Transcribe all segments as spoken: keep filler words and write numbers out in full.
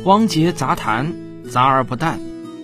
汪杰杂谈，杂而不淡。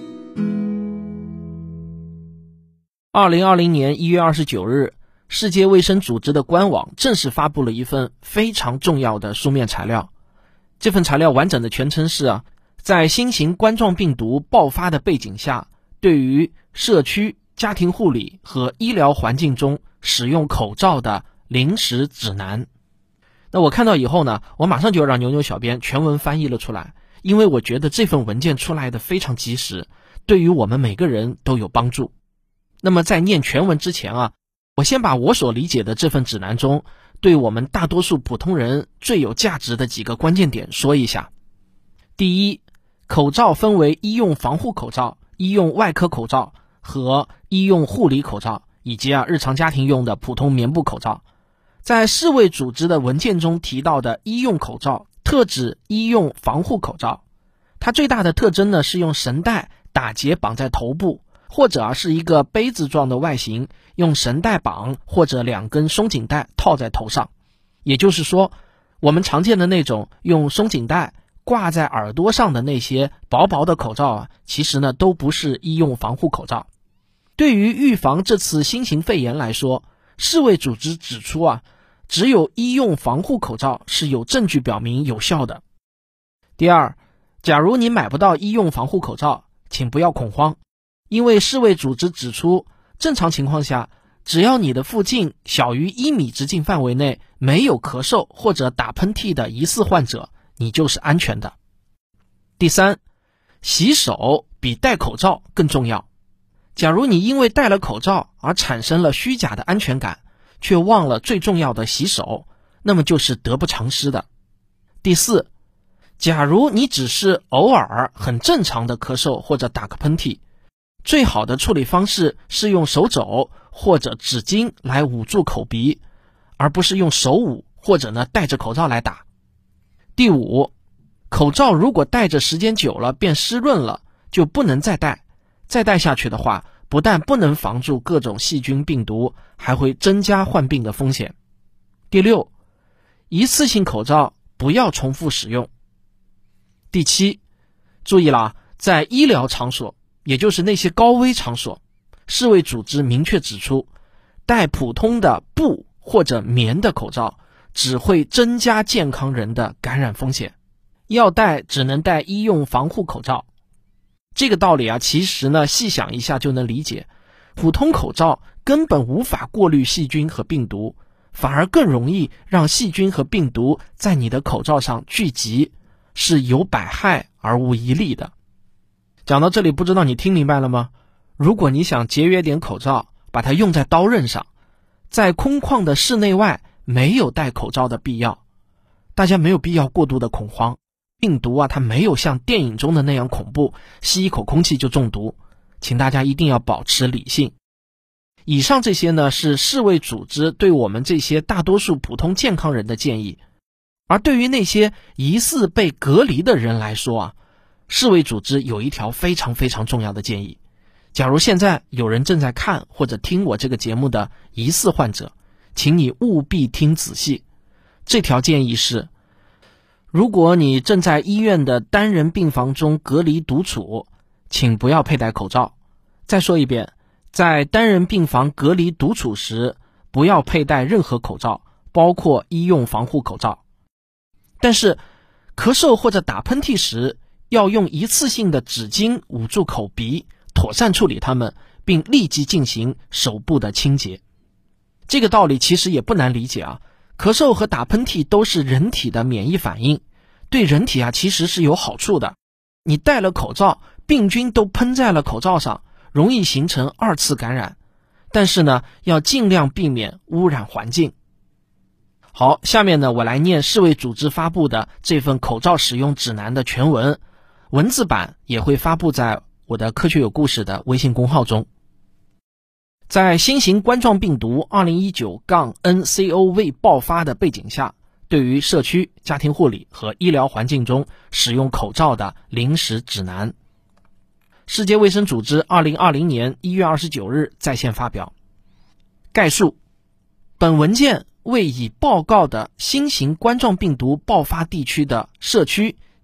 二零二零年一月二十九日，世界卫生组织的官网正式发布了一份非常重要的书面材料。这份材料完整的全称是啊，在新型冠状病毒爆发的背景下，对于社区、家庭护理和医疗环境中使用口罩的临时指南。那我看到以后呢，我马上就让牛牛小编全文翻译了出来，因为我觉得这份文件出来的非常及时，对于我们每个人都有帮助。那么在念全文之前啊，我先把我所理解的这份指南中对我们大多数普通人最有价值的几个关键点说一下。第一，口罩分为医用防护口罩、医用外科口罩和医用护理口罩，以及啊日常家庭用的普通棉布口罩。在世卫组织的文件中提到的医用口罩，特指医用防护口罩。它最大的特征呢是用绳带打结绑在头部，或者啊是一个杯子状的外形，用绳带绑或者两根松紧带套在头上。也就是说，我们常见的那种用松紧带挂在耳朵上的那些薄薄的口罩啊，其实呢都不是医用防护口罩。对于预防这次新型肺炎来说，世卫组织指出啊，只有医用防护口罩是有证据表明有效的。第二，假如你买不到医用防护口罩，请不要恐慌，因为世卫组织指出，正常情况下，只要你的附近小于一米直径范围内没有咳嗽或者打喷嚏的疑似患者，你就是安全的。第三，洗手比戴口罩更重要。假如你因为戴了口罩而产生了虚假的安全感，却忘了最重要的洗手，那么就是得不偿失的。第四，假如你只是偶尔很正常的咳嗽或者打个喷嚏，最好的处理方式是用手肘或者纸巾来捂住口鼻，而不是用手捂或者呢戴着口罩来打。第五，口罩如果戴着时间久了变湿润了，就不能再戴。再戴下去的话，不但不能防住各种细菌病毒，还会增加患病的风险。第六，一次性口罩不要重复使用。第七，注意了，在医疗场所，也就是那些高危场所，世卫组织明确指出，戴普通的布或者棉的口罩只会增加健康人的感染风险，要戴只能戴医用防护口罩。这个道理啊，其实呢细想一下就能理解，普通口罩根本无法过滤细菌和病毒，反而更容易让细菌和病毒在你的口罩上聚集，是有百害而无一利的。讲到这里，不知道你听明白了吗？如果你想节约点口罩，把它用在刀刃上，在空旷的室内外没有戴口罩的必要。大家没有必要过度的恐慌，病毒啊，它没有像电影中的那样恐怖，吸一口空气就中毒，请大家一定要保持理性。以上这些呢，是世卫组织对我们这些大多数普通健康人的建议。而对于那些疑似被隔离的人来说啊，世卫组织有一条非常非常重要的建议。假如现在有人正在看或者听我这个节目的疑似患者，请你务必听仔细。这条建议是，如果你正在医院的单人病房中隔离独处，请不要佩戴口罩。再说一遍，在单人病房隔离独处时，不要佩戴任何口罩，包括医用防护口罩。但是，咳嗽或者打喷嚏时，要用一次性的纸巾捂住口鼻，妥善处理它们，并立即进行手部的清洁。这个道理其实也不难理解啊。咳嗽和打喷嚏都是人体的免疫反应，对人体啊其实是有好处的。你戴了口罩，病菌都喷在了口罩上，容易形成二次感染。但是呢，要尽量避免污染环境。好，下面呢，我来念世卫组织发布的这份口罩使用指南的全文，文字版也会发布在我的科学有故事的微信公号中。在新型冠状病毒 二零一九 N C O V 爆发的背景下，对于社区、家庭护理和医疗环境中使用口罩的临时指南。世界卫生组织二零二零年一月二十九日在线发表。概述：本文件为已报告的新型冠状病毒爆发地区的社区、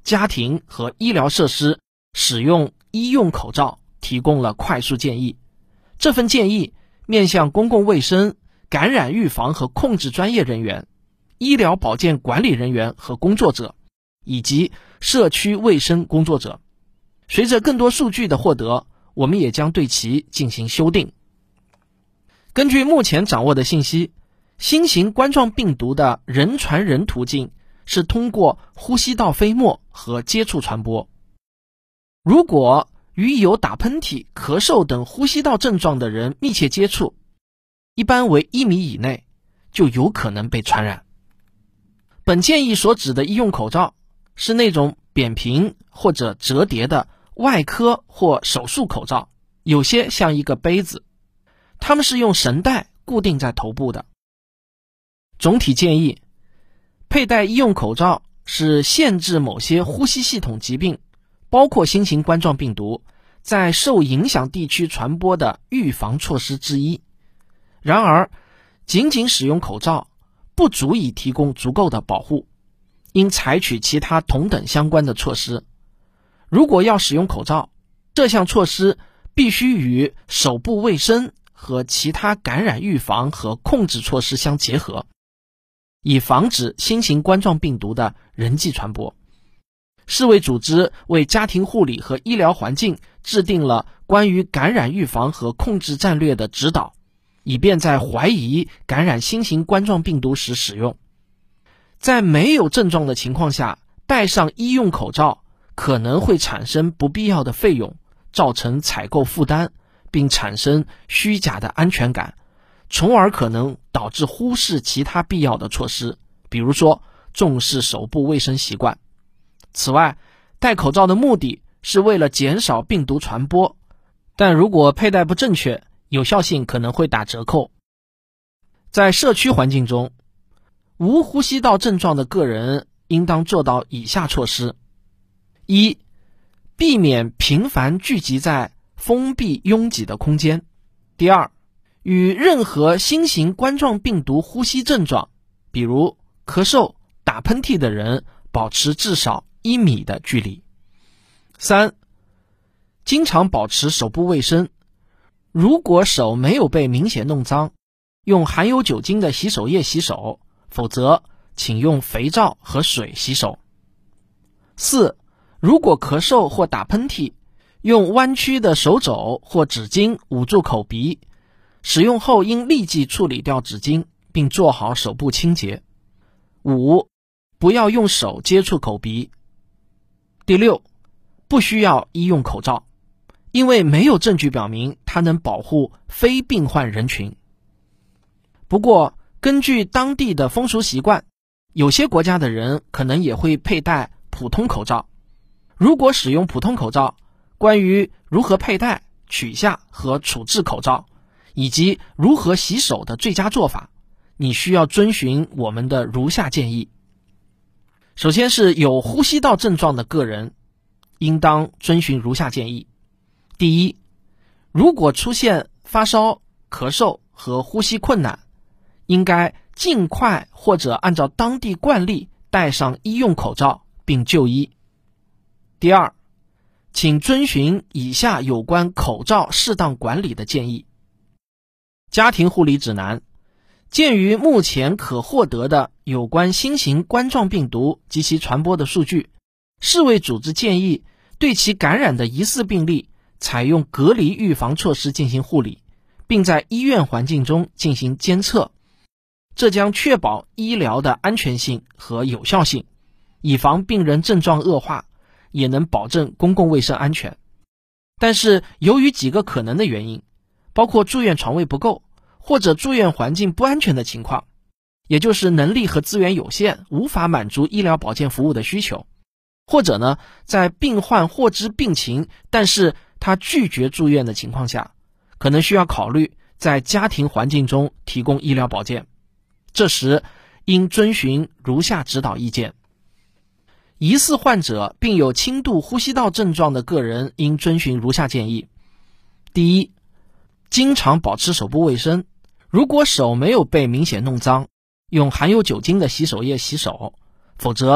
家庭和医疗设施使用医用口罩提供了快速建议。这份建议面向公共卫生、感染预防和控制专业人员、医疗保健管理人员和工作者，以及社区卫生工作者。随着更多数据的获得，我们也将对其进行修订。根据目前掌握的信息，新型冠状病毒的人传人途径是通过呼吸道飞沫和接触传播。如果与有打喷嚏、咳嗽等呼吸道症状的人密切接触，一般为一米以内，就有可能被传染。本建议所指的医用口罩是那种扁平或者折叠的外科或手术口罩，有些像一个杯子，它们是用绳带固定在头部的。总体建议，佩戴医用口罩是限制某些呼吸系统疾病，包括新型冠状病毒，在受影响地区传播的预防措施之一。然而，仅仅使用口罩不足以提供足够的保护，应采取其他同等相关的措施。如果要使用口罩，这项措施必须与手部卫生和其他感染预防和控制措施相结合，以防止新型冠状病毒的人际传播。世卫组织为家庭护理和医疗环境制定了关于感染预防和控制战略的指导，以便在怀疑感染新型冠状病毒时使用。在没有症状的情况下，戴上医用口罩可能会产生不必要的费用，造成采购负担，并产生虚假的安全感，从而可能导致忽视其他必要的措施，比如说重视手部卫生习惯。此外，戴口罩的目的是为了减少病毒传播，但如果佩戴不正确，有效性可能会打折扣。在社区环境中，无呼吸道症状的个人应当做到以下措施：一、避免频繁聚集在封闭拥挤的空间；第二，与任何新型冠状病毒呼吸症状，比如咳嗽、打喷嚏的人保持至少一米的距离；三、经常保持手部卫生，如果手没有被明显弄脏，用含有酒精的洗手液洗手，否则请用肥皂和水洗手。四、如果咳嗽或打喷嚏，用弯曲的手肘或纸巾捂住口鼻，使用后应立即处理掉纸巾，并做好手部清洁。五、不要用手接触口鼻。第六，不需要医用口罩，因为没有证据表明它能保护非病患人群。不过，根据当地的风俗习惯，有些国家的人可能也会佩戴普通口罩。如果使用普通口罩，关于如何佩戴、取下和处置口罩，以及如何洗手的最佳做法，你需要遵循我们的如下建议。首先是有呼吸道症状的个人，应当遵循如下建议。第一，如果出现发烧、咳嗽和呼吸困难，应该尽快或者按照当地惯例戴上医用口罩并就医。第二，请遵循以下有关口罩适当管理的建议。家庭护理指南，鉴于目前可获得的有关新型冠状病毒及其传播的数据，世卫组织建议对其感染的疑似病例采用隔离预防措施进行护理，并在医院环境中进行监测，这将确保医疗的安全性和有效性，以防病人症状恶化，也能保证公共卫生安全。但是由于几个可能的原因，包括住院床位不够，或者住院环境不安全的情况，也就是能力和资源有限，无法满足医疗保健服务的需求，或者呢，在病患获知病情，但是他拒绝住院的情况下，可能需要考虑在家庭环境中提供医疗保健。这时应遵循如下指导意见。疑似患者并有轻度呼吸道症状的个人应遵循如下建议。第一，经常保持手部卫生，如果手没有被明显弄脏，用含有酒精的洗手液洗手，否则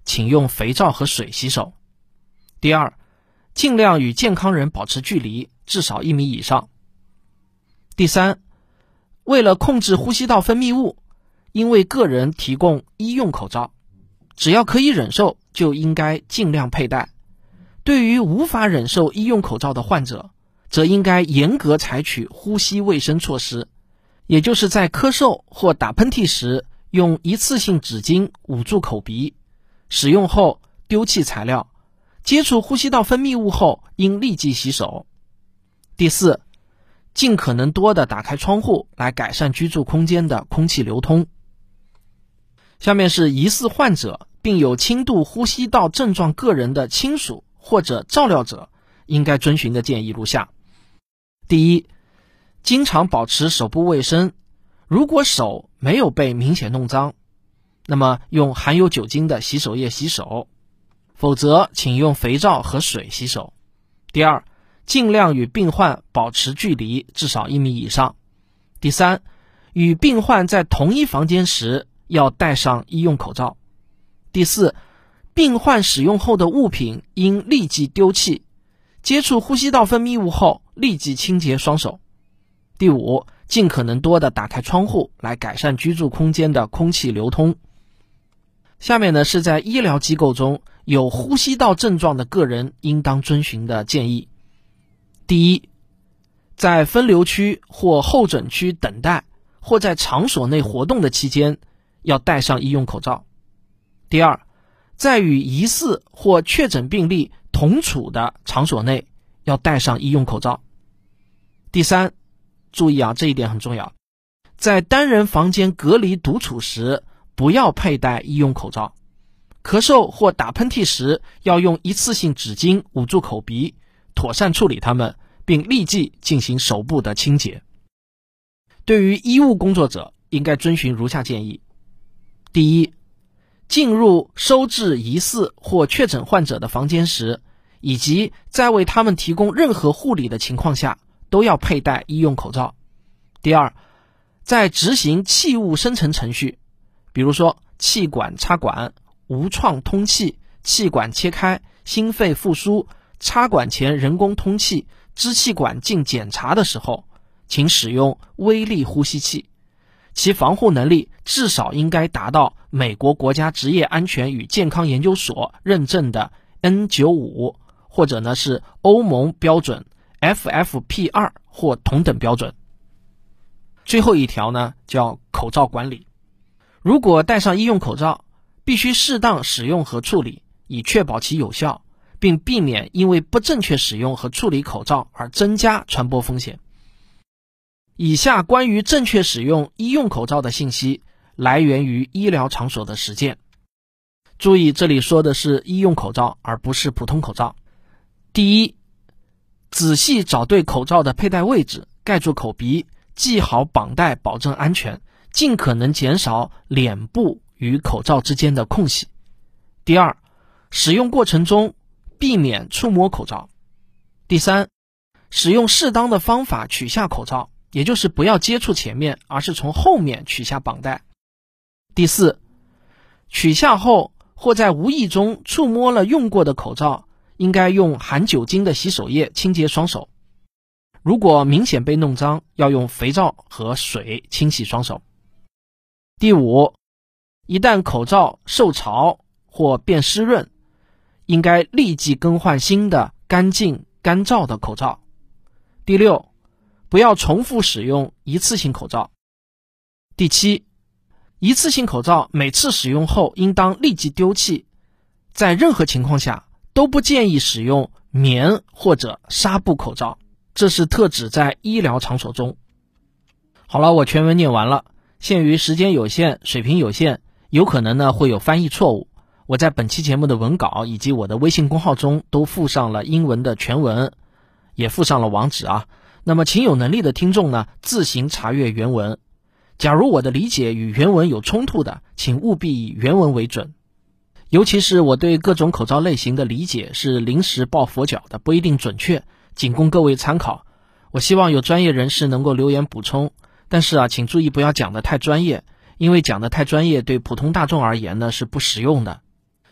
请用肥皂和水洗手。第二，尽量与健康人保持距离，至少一米以上。第三，为了控制呼吸道分泌物，应为个人提供医用口罩，只要可以忍受，就应该尽量佩戴。对于无法忍受医用口罩的患者，则应该严格采取呼吸卫生措施，也就是在咳嗽或打喷嚏时，用一次性纸巾捂住口鼻，使用后丢弃材料，接触呼吸道分泌物后应立即洗手。第四，尽可能多的打开窗户来改善居住空间的空气流通。下面是疑似患者并有轻度呼吸道症状个人的亲属或者照料者应该遵循的建议如下。第一，经常保持手部卫生，如果手没有被明显弄脏，那么用含有酒精的洗手液洗手，否则请用肥皂和水洗手。第二，尽量与病患保持距离，至少一米以上。第三，与病患在同一房间时要戴上医用口罩。第四，病患使用后的物品应立即丢弃，接触呼吸道分泌物后立即清洁双手。第五，尽可能多的打开窗户来改善居住空间的空气流通。下面呢是在医疗机构中有呼吸道症状的个人应当遵循的建议。第一，在分流区或候诊区等待或在场所内活动的期间要戴上医用口罩。第二，在与疑似或确诊病例同处的场所内要戴上医用口罩。第三，注意啊，这一点很重要，在单人房间隔离独处时不要佩戴医用口罩，咳嗽或打喷嚏时要用一次性纸巾捂住口鼻，妥善处理它们，并立即进行手部的清洁。对于医务工作者应该遵循如下建议。第一，进入收治疑似或确诊患者的房间时，以及在为他们提供任何护理的情况下，都要佩戴医用口罩。第二，在执行气雾生成程序，比如说气管插管、无创通气、气管切开、心肺复苏、插管前人工通气、支气管镜检查的时候，请使用微粒呼吸器，其防护能力至少应该达到美国国家职业安全与健康研究所认证的 N 九十五， 或者呢是欧盟标准 F F P 二 或同等标准。最后一条呢叫口罩管理，如果戴上医用口罩，必须适当使用和处理，以确保其有效，并避免因为不正确使用和处理口罩而增加传播风险。以下关于正确使用医用口罩的信息来源于医疗场所的实践。注意，这里说的是医用口罩，而不是普通口罩。第一，仔细找对口罩的佩戴位置，盖住口鼻，系好绑带保证安全，尽可能减少脸部与口罩之间的空隙。第二，使用过程中避免触摸口罩。第三，使用适当的方法取下口罩，也就是不要接触前面，而是从后面取下绑带。第四，取下后或在无意中触摸了用过的口罩，应该用含酒精的洗手液清洁双手。如果明显被弄脏，要用肥皂和水清洗双手。第五，一旦口罩受潮或变湿润，应该立即更换新的干净干燥的口罩。第六，不要重复使用一次性口罩。第七，一次性口罩每次使用后应当立即丢弃，在任何情况下都不建议使用棉或者纱布口罩，这是特指在医疗场所中。好了，我全文念完了。限于时间有限，水平有限，有可能呢会有翻译错误。我在本期节目的文稿以及我的微信公号中都附上了英文的全文，也附上了网址啊。那么请有能力的听众呢自行查阅原文。假如我的理解与原文有冲突的，请务必以原文为准。尤其是我对各种口罩类型的理解是临时抱佛脚的，不一定准确，仅供各位参考。我希望有专业人士能够留言补充，但是啊，请注意不要讲得太专业，因为讲得太专业对普通大众而言呢是不实用的。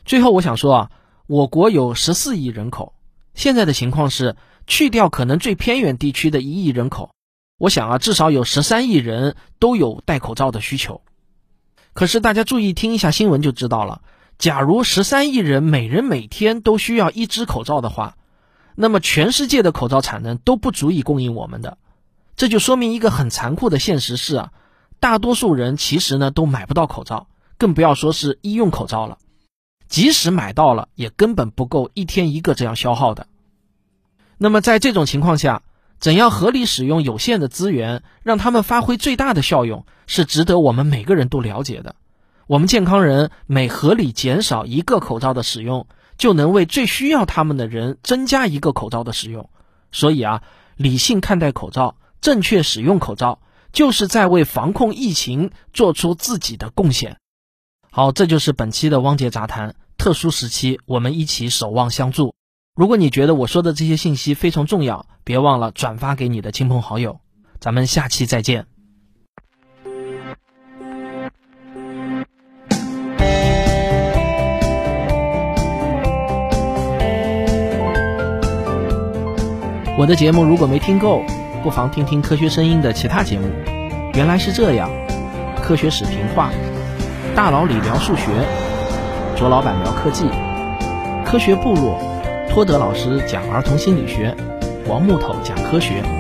最后我想说啊，我国有十四亿人口，现在的情况是，去掉可能最偏远地区的一亿人口，我想啊，至少有十三亿人都有戴口罩的需求。可是大家注意听一下新闻就知道了，假如十三亿人每人每天都需要一只口罩的话，那么全世界的口罩产能都不足以供应我们的。这就说明一个很残酷的现实是啊，大多数人其实呢都买不到口罩，更不要说是医用口罩了。即使买到了，也根本不够一天一个这样消耗的。那么在这种情况下，怎样合理使用有限的资源，让它们发挥最大的效用，是值得我们每个人都了解的。我们健康人每合理减少一个口罩的使用，就能为最需要他们的人增加一个口罩的使用。所以啊，理性看待口罩，正确使用口罩，就是在为防控疫情做出自己的贡献。好，这就是本期的汪杰杂谈，特殊时期我们一起守望相助。如果你觉得我说的这些信息非常重要，别忘了转发给你的亲朋好友。咱们下期再见。我的节目如果没听够，不妨听听科学声音的其他节目。原来是这样，科学史评话，大佬里聊数学，卓老板聊科技，科学部落，托德老师讲儿童心理学，王木头讲科学。